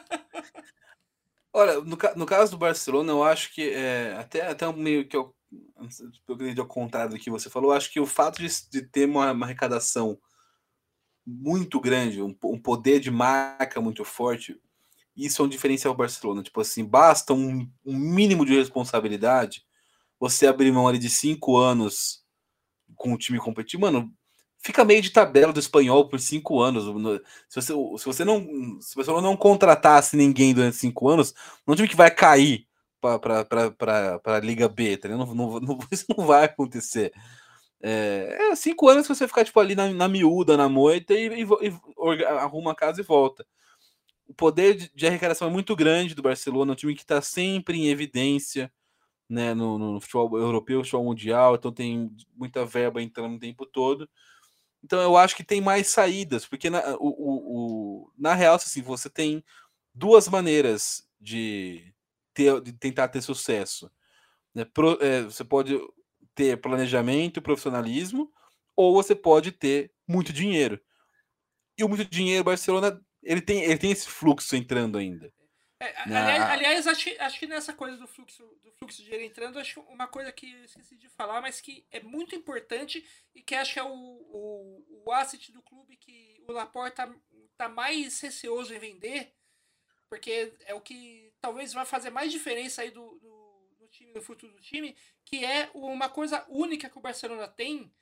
Olha, no caso do Barcelona, eu acho que até meio que eu ao contrário do que você falou, eu acho que o fato de ter uma arrecadação muito grande, um poder de marca muito forte, isso é um diferencial do Barcelona. Tipo assim, basta um mínimo de responsabilidade, você abrir mão ali de 5 anos com o time competitivo, mano, fica meio de tabela do espanhol por 5 anos. Se você não contratasse ninguém durante 5 anos, não é um time que vai cair para a Liga B, tá ligado? Isso não vai acontecer. 5 anos que você ficar tipo, ali na miúda, na moita e arruma a casa e volta. O poder de arrecadação é muito grande do Barcelona, um time que está sempre em evidência, né, no futebol europeu, futebol mundial, então tem muita verba entrando o tempo todo. Então eu acho que tem mais saídas, porque na real, assim, você tem duas maneiras de tentar ter sucesso. Né? Você pode ter planejamento e profissionalismo, ou você pode ter muito dinheiro. E o muito dinheiro, o Barcelona, ele tem esse fluxo entrando ainda. Aliás, acho que nessa coisa do fluxo de dinheiro entrando, acho que uma coisa que eu esqueci de falar, mas que é muito importante e que acho que é o asset do clube que o Laporta tá mais receoso em vender, porque é o que talvez vai fazer mais diferença aí no time, no futuro do time, que é uma coisa única que o Barcelona tem,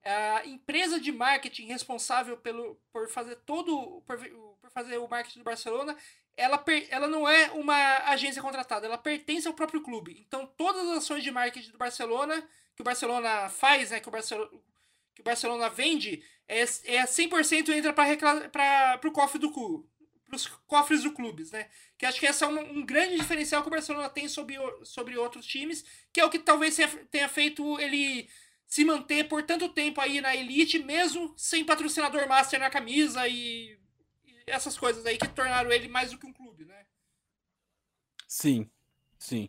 A empresa de marketing responsável por fazer por fazer o marketing do Barcelona, ela não é uma agência contratada, ela pertence ao próprio clube. Então todas as ações de marketing do Barcelona, que o Barcelona faz, né, que o Barcelona vende, 100% entra para o cofre do clube, para os cofres do clube, né? Que acho que esse é um grande diferencial que o Barcelona tem sobre outros times, que é o que talvez tenha feito ele se manter por tanto tempo aí na elite, mesmo sem patrocinador master na camisa e essas coisas aí que tornaram ele mais do que um clube, né? Sim, sim.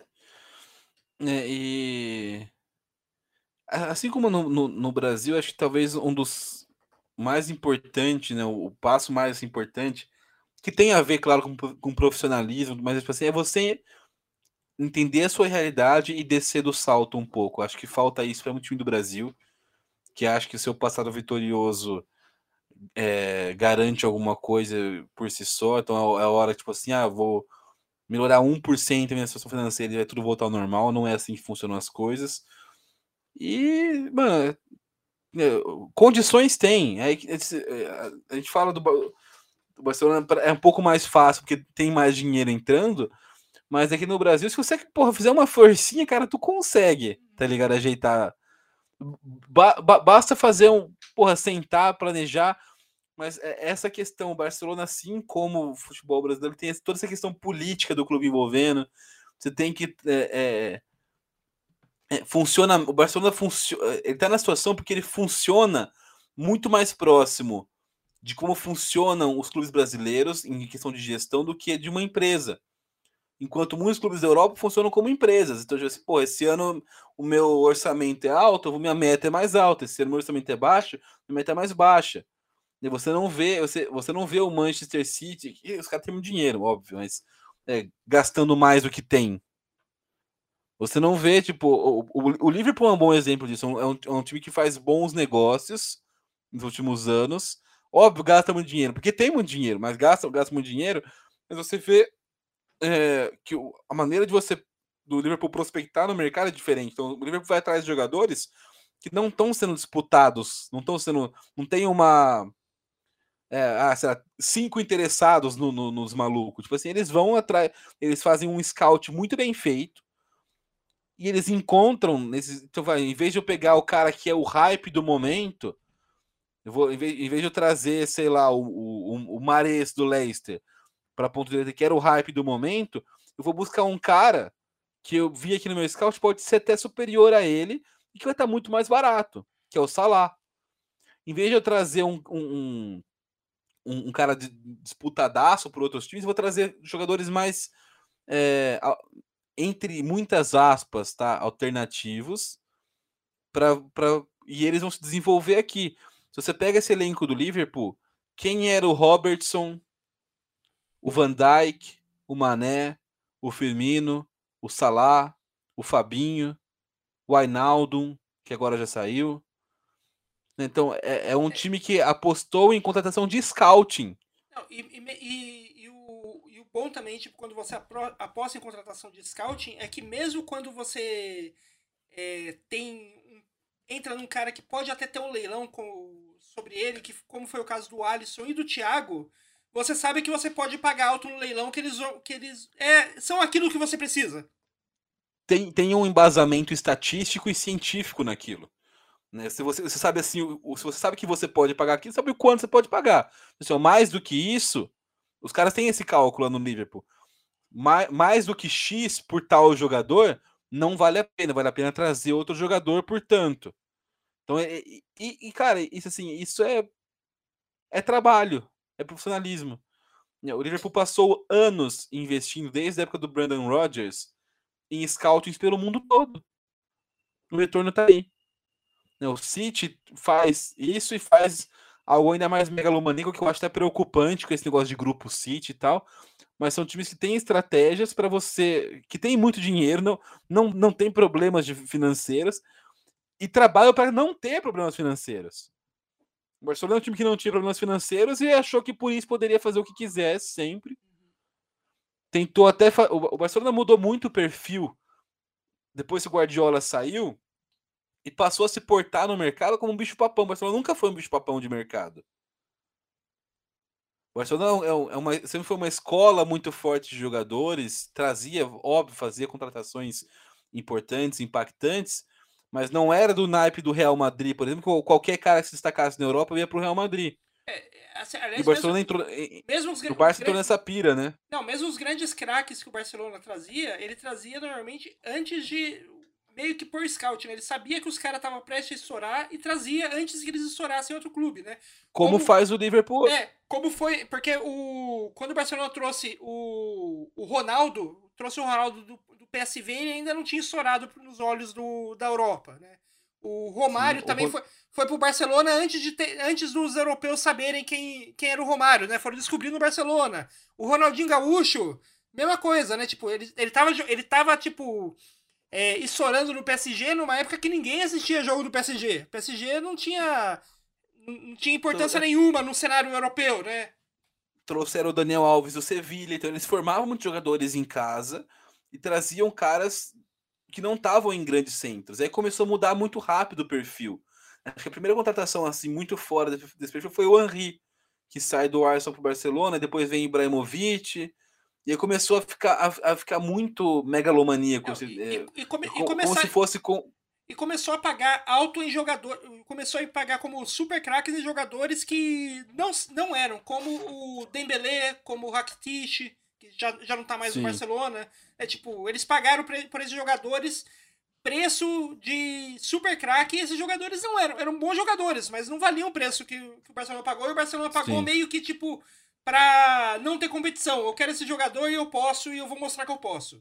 E assim como no Brasil, acho que talvez um dos mais importantes, né, o passo mais importante, que tem a ver, claro, com profissionalismo, mas tipo assim, é você entender a sua realidade e descer do salto um pouco. Acho que falta isso para muito time do Brasil, que acha que o seu passado vitorioso garante alguma coisa por si só. Então é a hora, tipo assim, vou melhorar 1% da minha situação financeira e vai tudo voltar ao normal. Não é assim que funcionam as coisas. E, mano, condições tem. A gente fala do Barcelona, é um pouco mais fácil porque tem mais dinheiro entrando. Mas aqui no Brasil, se você, fizer uma forcinha, cara, tu consegue, tá ligado? Ajeitar. Basta fazer sentar, planejar. Mas essa questão, o Barcelona, assim como o futebol brasileiro, tem toda essa questão política do clube envolvendo. Você tem que. Funciona. O Barcelona funciona. Ele tá na situação porque ele funciona muito mais próximo de como funcionam os clubes brasileiros em questão de gestão do que de uma empresa. Enquanto muitos clubes da Europa funcionam como empresas. Então, esse ano o meu orçamento é alto, minha meta é mais alta. Esse ano o meu orçamento é baixo, minha meta é mais baixa. E você não vê o Manchester City, que os caras têm muito dinheiro, óbvio, mas gastando mais do que tem. Você não vê, tipo, o Liverpool é um bom exemplo disso. É um time que faz bons negócios nos últimos anos. Óbvio, gasta muito dinheiro, porque tem muito dinheiro, mas gasta muito dinheiro. Mas você vê que a maneira de do Liverpool prospectar no mercado é diferente. Então, o Liverpool vai atrás de jogadores que não estão sendo disputados, não tem uma sei lá, 5 interessados nos malucos. Tipo assim, eles vão atrás, eles fazem um scout muito bem feito e eles encontram então em vez de eu pegar o cara que é o hype do momento, em vez de eu trazer, sei lá, o Mahrez do Leicester para ponto direita, que era o hype do momento, eu vou buscar um cara que eu vi aqui no meu scout, pode ser até superior a ele e que vai estar muito mais barato, que é o Salah. Em vez de eu trazer um cara disputadaço por outros times, eu vou trazer jogadores mais, entre muitas aspas, tá, alternativos, e eles vão se desenvolver aqui. Se você pega esse elenco do Liverpool, quem era o Robertson, o Van Dijk, o Mané, o Firmino, o Salah, o Fabinho, o Wijnaldum, que agora já saiu. Então, é um time que apostou em contratação de scouting. Não, e o bom também, tipo, quando você aposta em contratação de scouting, é que mesmo quando você entra num cara que pode até ter um leilão sobre ele, como foi o caso do Alisson e do Thiago, você sabe que você pode pagar alto no leilão, que eles são aquilo que você precisa. Tem um embasamento estatístico e científico naquilo. Né? Se você sabe assim, se você sabe que você pode pagar aquilo, sabe o quanto você pode pagar. Assim, mais do que isso, os caras têm esse cálculo no Liverpool. Mais do que X por tal jogador, não vale a pena. Vale a pena trazer outro jogador, portanto. Então, cara, isso assim, isso é trabalho, é profissionalismo. O Liverpool passou anos investindo, desde a época do Brendan Rodgers, em scoutings pelo mundo todo. O retorno tá aí. O City faz isso e faz algo ainda mais megalomaníaco, que eu acho até preocupante com esse negócio de grupo City e tal. Mas são times que têm estratégias para você, que tem muito dinheiro, não tem problemas financeiros e trabalham para não ter problemas financeiros. O Barcelona é um time que não tinha problemas financeiros e achou que por isso poderia fazer o que quisesse sempre. Tentou até. O Barcelona mudou muito o perfil depois que o Guardiola saiu. e passou a se portar no mercado como um bicho-papão. O Barcelona nunca foi um bicho-papão de mercado. O Barcelona sempre foi uma escola muito forte de jogadores, trazia, óbvio, fazia contratações importantes, impactantes, mas não era do naipe do Real Madrid, por exemplo, que qualquer cara que se destacasse na Europa ia pro Real Madrid. Assim, E aliás, o Barcelona entrou. O Barça entrou nessa pira, né? Não, mesmo os grandes craques que o Barcelona trazia, ele trazia normalmente antes de. Meio que por scout, né? Ele sabia que os caras estavam prestes a estourar e trazia antes que eles estourassem outro clube, né? Como faz o Liverpool. Como foi. Porque quando o Barcelona trouxe o Ronaldo, do PSV, ele ainda não tinha estourado nos olhos da Europa, né? O Romário também foi pro Barcelona antes dos europeus saberem quem era o Romário, né? Foram descobrindo o Barcelona. O Ronaldinho Gaúcho, mesma coisa, né? Tipo, ele tava tipo, estourando no PSG numa época que ninguém assistia jogo do PSG. O PSG não tinha importância nenhuma no cenário europeu, né? Trouxeram o Daniel Alves do Sevilha, então eles formavam muitos jogadores em casa e traziam caras que não estavam em grandes centros. Aí começou a mudar muito rápido o perfil. Acho que a primeira contratação assim muito fora desse perfil foi o Henry, que sai do Arsenal para o Barcelona, depois vem Ibrahimovic, e aí começou a ficar muito megalomaníaco. Como se fosse E começou a pagar alto em jogador. Começou a pagar como super craques em jogadores que não eram, como o Dembélé, como o Rakitic, que já não tá mais no Barcelona. Tipo, eles pagaram por esses jogadores preço de super craque, e esses jogadores não eram bons jogadores, mas não valiam o preço que o Barcelona pagou, e o Barcelona pagou meio que, tipo, pra não ter competição. Eu quero esse jogador e eu posso, e eu vou mostrar que eu posso.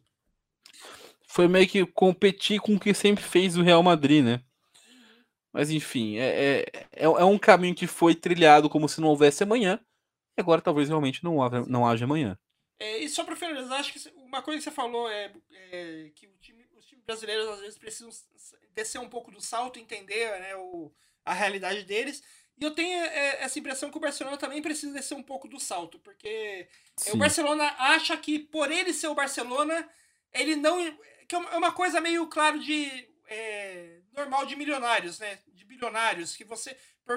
Foi meio que competir com o que sempre fez o Real Madrid, né? Mas enfim, é um caminho que foi trilhado como se não houvesse amanhã, e agora talvez realmente não haja amanhã. E só pra finalizar, acho que uma coisa que você falou é que os times brasileiros às vezes precisam descer um pouco do salto, entender, né, a realidade deles. E eu tenho essa impressão que o Barcelona também precisa descer um pouco do salto, porque o Barcelona acha que por ele ser o Barcelona, ele não... Que é uma coisa meio, claro, de... normal de milionários, né? De bilionários, que você... Por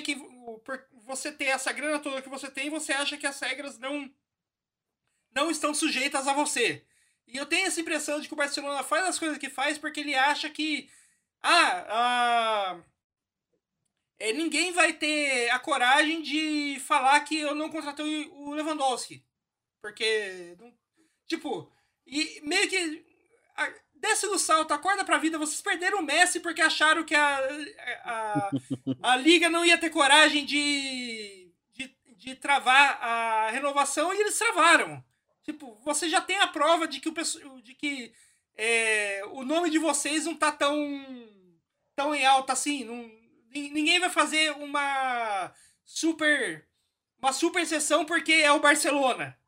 você ter essa grana toda que você tem, você acha que as regras não estão sujeitas a você. E eu tenho essa impressão de que o Barcelona faz as coisas que faz porque ele acha que ninguém vai ter a coragem de falar que eu não contratei o Lewandowski. Porque, tipo, e meio que desce do salto, acorda pra vida, vocês perderam o Messi porque acharam que a Liga não ia ter coragem de travar a renovação, e eles travaram. Tipo, você já tem a prova de que o nome de vocês não tá tão em alta assim. Ninguém vai fazer uma super sessão porque é o Barcelona.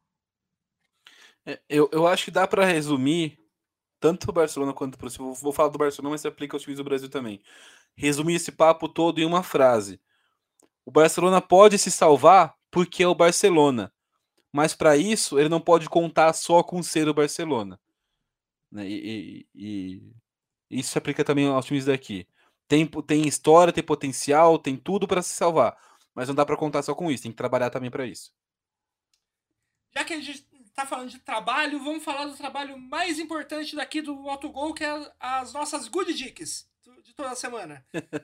Eu acho que dá para resumir tanto o Barcelona quanto o Brasil. Vou falar do Barcelona, mas se aplica aos times do Brasil também. Resumir esse papo todo em uma frase. O Barcelona pode se salvar porque é o Barcelona. Mas para isso, ele não pode contar só com ser o Barcelona. Né? E isso se aplica também aos times daqui. Tem história, tem potencial, tem tudo para se salvar. Mas não dá para contar só com isso, tem que trabalhar também para isso. Já que a gente tá falando de trabalho, vamos falar do trabalho mais importante daqui do Autogol, que é as nossas good dicks de toda semana.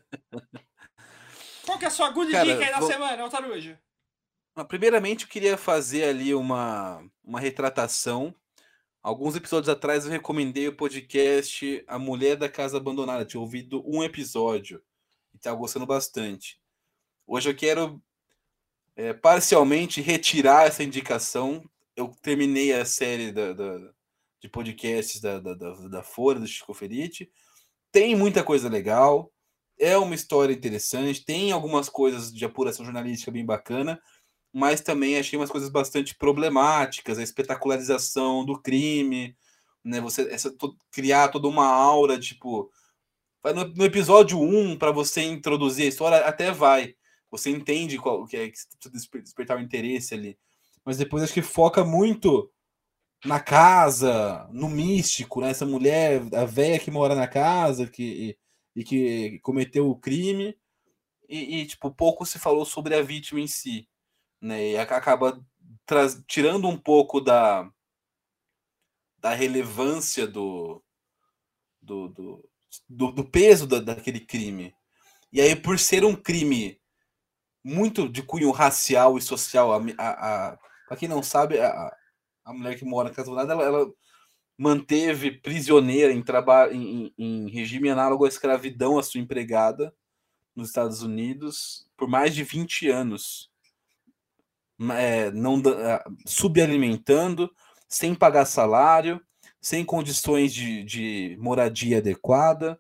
Qual que é a sua good dica aí da semana, Altarujo? Primeiramente, eu queria fazer ali uma retratação. Alguns episódios atrás eu recomendei o podcast A Mulher da Casa Abandonada. Eu tinha ouvido um episódio e estava gostando bastante. Hoje eu quero parcialmente retirar essa indicação. Eu terminei a série de podcasts da Folha, do Chico Ferite. Tem muita coisa legal. É uma história interessante. Tem algumas coisas de apuração jornalística bem bacana. Mas também achei umas coisas bastante problemáticas, a espetacularização do crime, né? Criar toda uma aura, tipo... No episódio 1, para você introduzir a história, até vai. Você entende qual que é que precisa despertar o interesse ali. Mas depois acho que foca muito na casa, no místico, né? Essa mulher, a velha que mora na casa, que e que cometeu o crime, e tipo, pouco se falou sobre a vítima em si, né? E acaba tirando um pouco da relevância do peso daquele crime. E aí, por ser um crime muito de cunho racial e social, para quem não sabe, a mulher que mora na Casa Dourada, ela manteve prisioneira em regime análogo à escravidão a sua empregada nos Estados Unidos por mais de 20 anos. Subalimentando, sem pagar salário, sem condições de moradia adequada,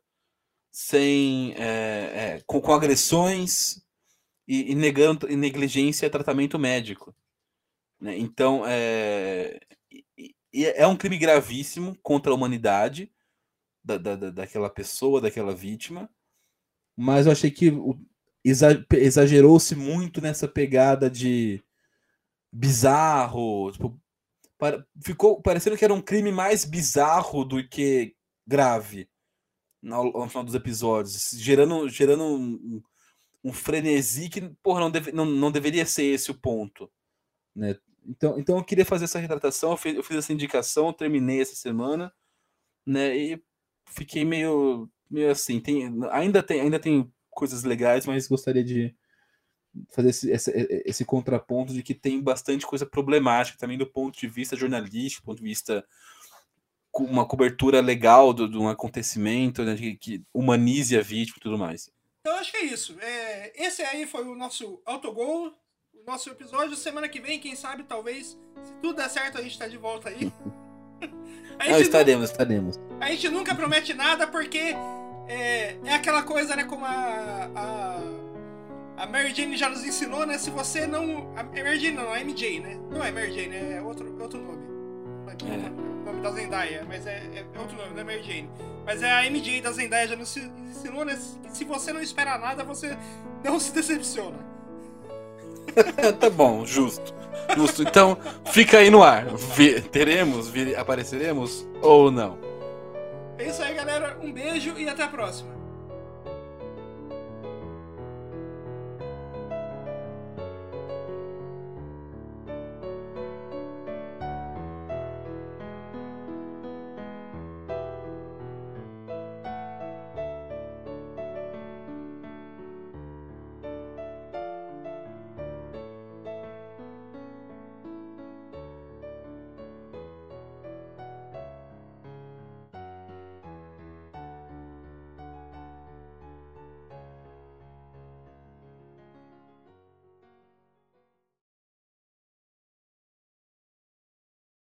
com agressões e negando negligência e tratamento médico, né? Então, é um crime gravíssimo contra a humanidade daquela pessoa, daquela vítima, mas eu achei que exagerou-se muito nessa pegada de bizarro, tipo, ficou parecendo que era um crime mais bizarro do que grave no final dos episódios, gerando um frenesi que, porra, não deveria ser esse o ponto, né? Então eu queria fazer essa retratação, eu fiz essa indicação, terminei essa semana, né? E fiquei meio assim, ainda tem coisas legais, mas gostaria de fazer esse contraponto de que tem bastante coisa problemática também do ponto de vista jornalístico, do ponto de vista uma cobertura legal de um acontecimento, né, que humanize a vítima e tudo mais. Então acho que é isso. Esse aí foi o nosso autogol, o nosso episódio. Semana que vem, quem sabe, talvez, se tudo der certo, a gente tá de volta aí. Estaremos. A gente nunca promete nada porque é aquela coisa, né, como a Mary Jane já nos ensinou, né? Se você não... A Mary Jane não, a MJ, né? Não é Mary Jane, é outro nome. O nome da Zendaya, mas é outro nome, não é Mary Jane. Mas é a MJ da Zendaya, já nos ensinou, né? Se você não espera nada, você não se decepciona. Tá bom, justo. Então, fica aí no ar. Apareceremos ou não? É isso aí, galera. Um beijo e até a próxima.